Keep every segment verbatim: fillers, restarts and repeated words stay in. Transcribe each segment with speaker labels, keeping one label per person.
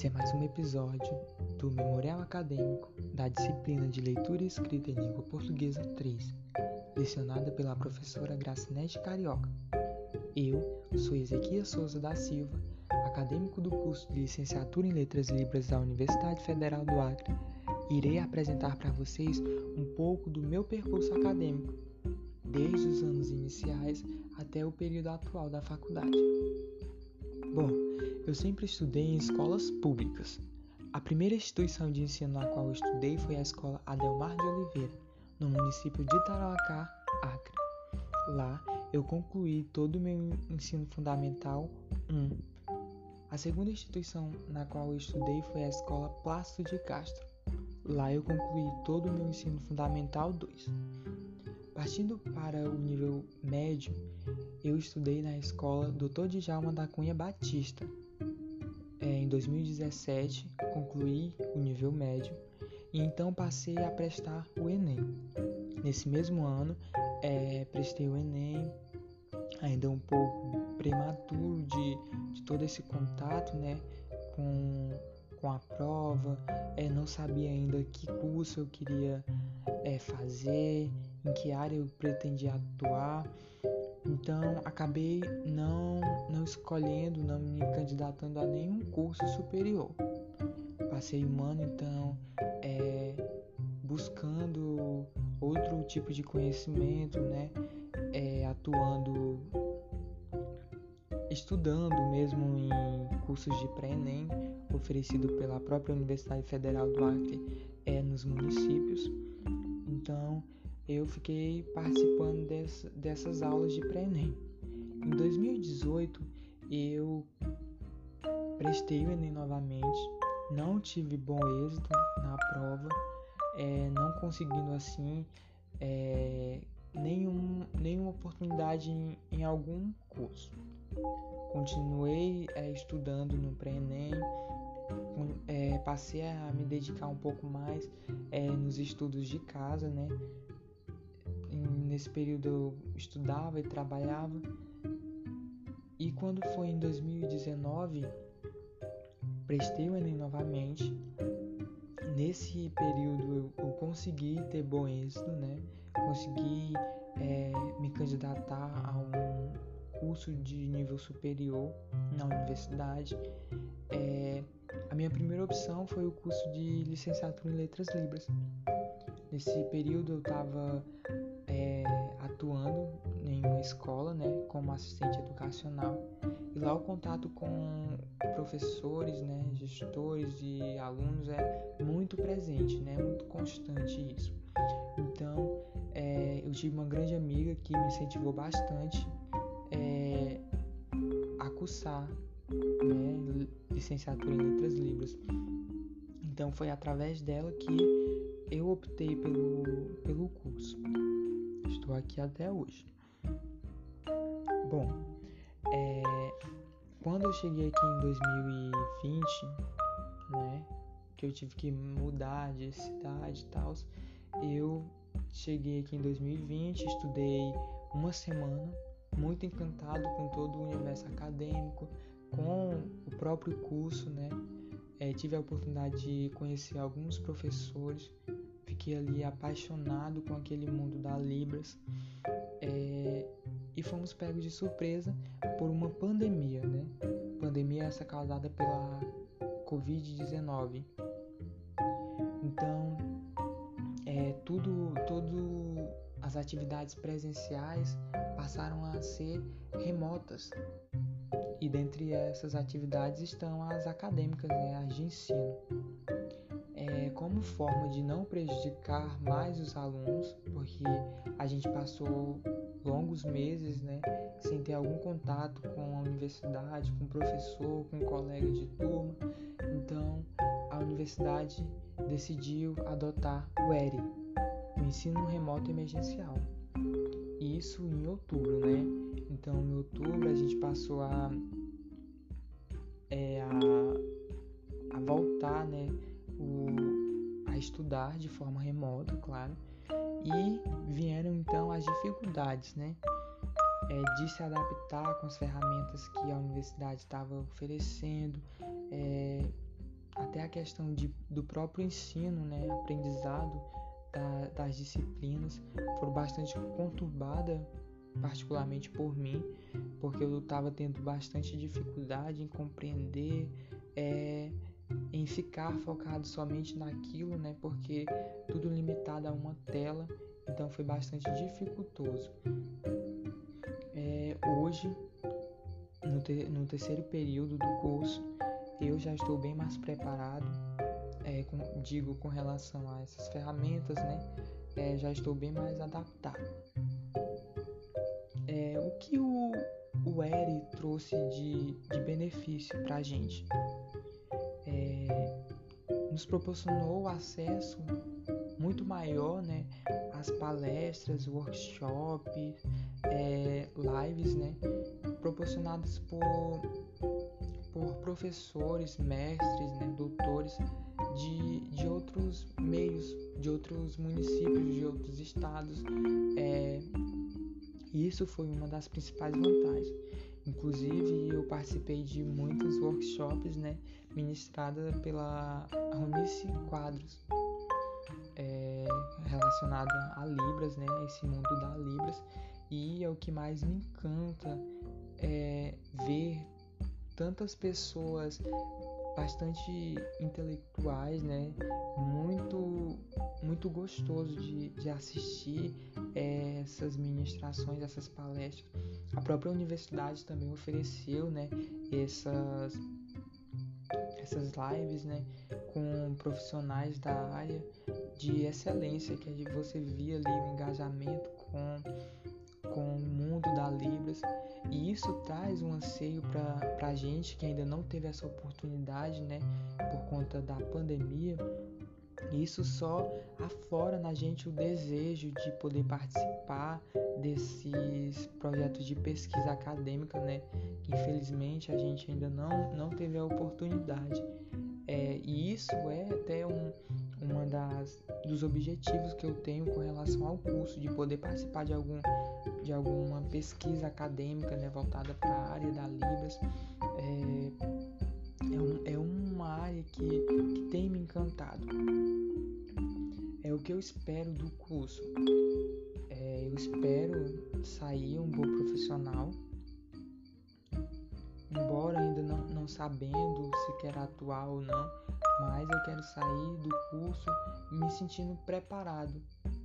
Speaker 1: Esse é mais um episódio do Memorial Acadêmico da disciplina de Leitura e Escrita em Língua Portuguesa três, lecionada pela professora Gracinete Carioca. Eu sou Ezequias Souza da Silva, acadêmico do curso de Licenciatura em Letras Libras da Universidade Federal do Acre, e irei apresentar para vocês um pouco do meu percurso acadêmico, desde os anos iniciais até o período atual da faculdade. Bom, eu sempre estudei em escolas públicas. A primeira instituição de ensino na qual eu estudei foi a Escola Adelmar de Oliveira, no município de Tarauacá, Acre. Lá, eu concluí todo o meu ensino fundamental um. A segunda instituição na qual eu estudei foi a Escola Plácido de Castro. Lá, eu concluí todo o meu ensino fundamental dois. Partindo para o nível médio, eu estudei na escola doutor Djalma da Cunha Batista. É, em dois mil e dezessete, concluí o nível médio e então passei a prestar o Enem. Nesse mesmo ano, é, prestei o Enem, ainda um pouco prematuro de, de todo esse contato, né, com, com a prova, é, não sabia ainda que curso eu queria é, fazer, em que área eu pretendia atuar. Então, acabei não, não escolhendo, não me candidatando a nenhum curso superior. Passei um ano, então, é, buscando outro tipo de conhecimento, né? É, atuando, estudando mesmo em cursos de pré-ENEM, oferecido pela própria Universidade Federal do Acre, é, nos municípios. Então, eu fiquei participando dessa, dessas aulas de pré-ENEM. Em dois mil e dezoito, eu prestei o Enem novamente, não tive bom êxito na prova, é, não conseguindo assim é, nenhum, nenhuma oportunidade em, em algum curso. Continuei é, estudando no pré-ENEM, é, passei a me dedicar um pouco mais é, nos estudos de casa, né? Nesse período eu estudava e trabalhava, e quando foi em dois mil e dezenove, prestei o Enem novamente. Nesse período eu, eu consegui ter bom êxito, né? Consegui é, me candidatar a um curso de nível superior na universidade. É, a minha primeira opção foi o curso de Licenciatura em Letras Libras. Nesse período eu estava É, atuando em uma escola, né, como assistente educacional, e lá o contato com professores, né, gestores e alunos é muito presente, né, muito constante isso. Então, é, eu tive uma grande amiga que me incentivou bastante é, a cursar, né, licenciatura em Letras Libras. Então, foi através dela que eu optei pelo, pelo curso. Estou aqui até hoje. Bom, é, quando eu cheguei aqui em dois mil e vinte, né, que eu tive que mudar de cidade e tal, eu cheguei aqui em dois mil e vinte, estudei uma semana, muito encantado com todo o universo acadêmico, com o próprio curso, né, é, tive a oportunidade de conhecer alguns professores. Fiquei ali apaixonado com aquele mundo da Libras, é, e fomos pegos de surpresa por uma pandemia, né? Pandemia essa causada pela covid dezenove. Então, é, tudo, tudo, as atividades presenciais passaram a ser remotas. E dentre essas atividades estão as acadêmicas, né? As de ensino. É, como forma de não prejudicar mais os alunos, porque a gente passou longos meses, né, sem ter algum contato com a universidade, com o professor, com colegas de turma. Então, a universidade decidiu adotar o E R I, o Ensino Remoto Emergencial. Isso em outubro, né? Então, em outubro, a gente passou a, é, a, a voltar, né, O, a estudar de forma remota, claro, e vieram então as dificuldades, né, é, de se adaptar com as ferramentas que a universidade estava oferecendo, é, até a questão de, do próprio ensino, né, aprendizado da, das disciplinas foram bastante conturbada, particularmente por mim, porque eu estava tendo bastante dificuldade em compreender, é, em ficar focado somente naquilo, né, porque tudo limitado a uma tela, então foi bastante dificultoso. É, hoje, no, te, no terceiro período do curso, eu já estou bem mais preparado, é, com, digo com relação a essas ferramentas, né? É, já estou bem mais adaptado. É, o que o, o E R I trouxe de, de benefício para a gente? É, nos proporcionou acesso muito maior, né, às palestras, workshops, é, lives, né, proporcionadas por por professores, mestres, né, doutores de, de outros meios, de outros municípios, de outros estados. É, isso foi uma das principais vantagens. Inclusive, eu participei de muitos workshops, né, ministradas pela Eunice Quadros, é, relacionada a Libras, né, esse mundo da Libras. E é o que mais me encanta, é ver tantas pessoas bastante intelectuais, né? Muito, muito gostoso de, de assistir é, essas ministrações, essas palestras. A própria universidade também ofereceu, né? Essas, essas lives, né? Com profissionais da área de excelência, que você via ali o engajamento com com o mundo da Libras, e isso traz um anseio para a gente que ainda não teve essa oportunidade, né, por conta da pandemia. Isso só aflora na gente o desejo de poder participar desses projetos de pesquisa acadêmica, né, que infelizmente a gente ainda não, não teve a oportunidade. É, e isso é até um, uma das dos objetivos que eu tenho com relação ao curso, de poder participar de algum de alguma pesquisa acadêmica, né, voltada para a área da Libras. É, é, um, é uma área que, que tem me encantado. É o que eu espero do curso. É, eu espero sair um bom profissional, embora ainda não, não sabendo se quero atuar ou não, mas eu quero sair do curso me sentindo preparado.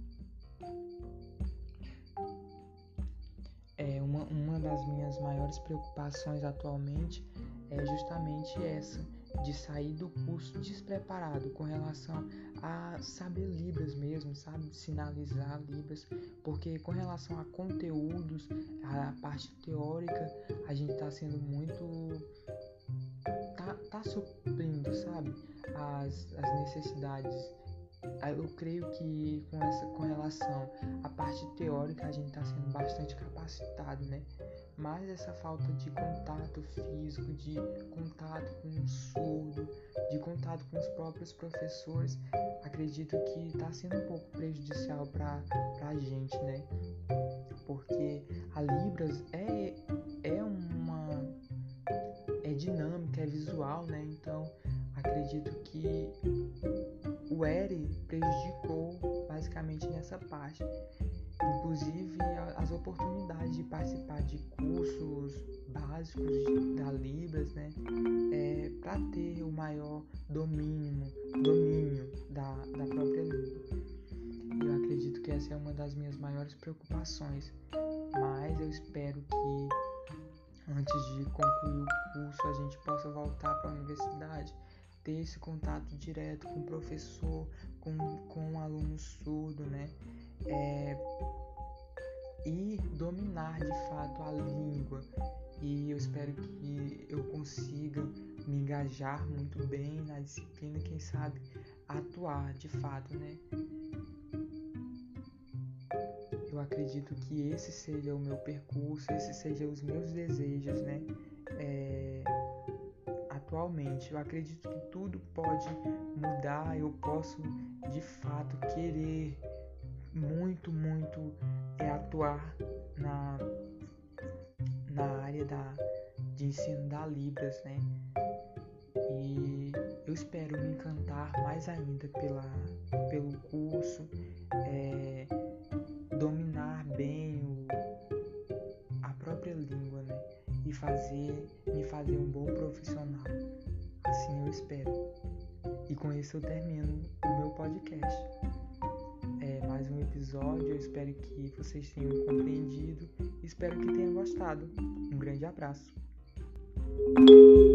Speaker 1: É, uma, uma das minhas maiores preocupações atualmente é justamente essa, de sair do curso despreparado com relação a saber Libras mesmo, sabe? Sinalizar Libras, porque com relação a conteúdos, a parte teórica, a gente está sendo muito... tá, tá suprindo, sabe? As, as necessidades. Eu creio que com, essa, com relação à parte teórica a gente está sendo bastante capacitado, né? Mas essa falta de contato físico, de contato com o surdo, de contato com os próprios professores, acredito que está sendo um pouco prejudicial para a gente, né? Porque a Libras é, é uma... é dinâmica, é visual, né? Então acredito que o E R I prejudicou basicamente nessa parte. Inclusive as oportunidades de participar de cursos básicos da Libras, né, é, para ter o maior domínio, domínio da, da própria Libra. Eu acredito que essa é uma das minhas maiores preocupações, mas eu espero que antes de concluir o curso a gente possa voltar para a universidade, ter esse contato direto com o professor, com, com o aluno surdo, né? É, e dominar de fato a língua. E eu espero que eu consiga me engajar muito bem na disciplina, quem sabe atuar de fato, né? Eu acredito que esse seja o meu percurso, esses sejam os meus desejos, né? É... Atualmente, eu acredito que tudo pode mudar, eu posso de fato querer muito, muito é, atuar na, na área da, de ensino da Libras, né? E eu espero me encantar mais ainda pela, pelo curso, é, dominar bem o, a própria língua, né? E fazer, me fazer um bom profissional. Assim eu espero. E com isso eu termino o meu podcast. É mais um episódio, eu espero que vocês tenham compreendido. Espero que tenham gostado. Um grande abraço.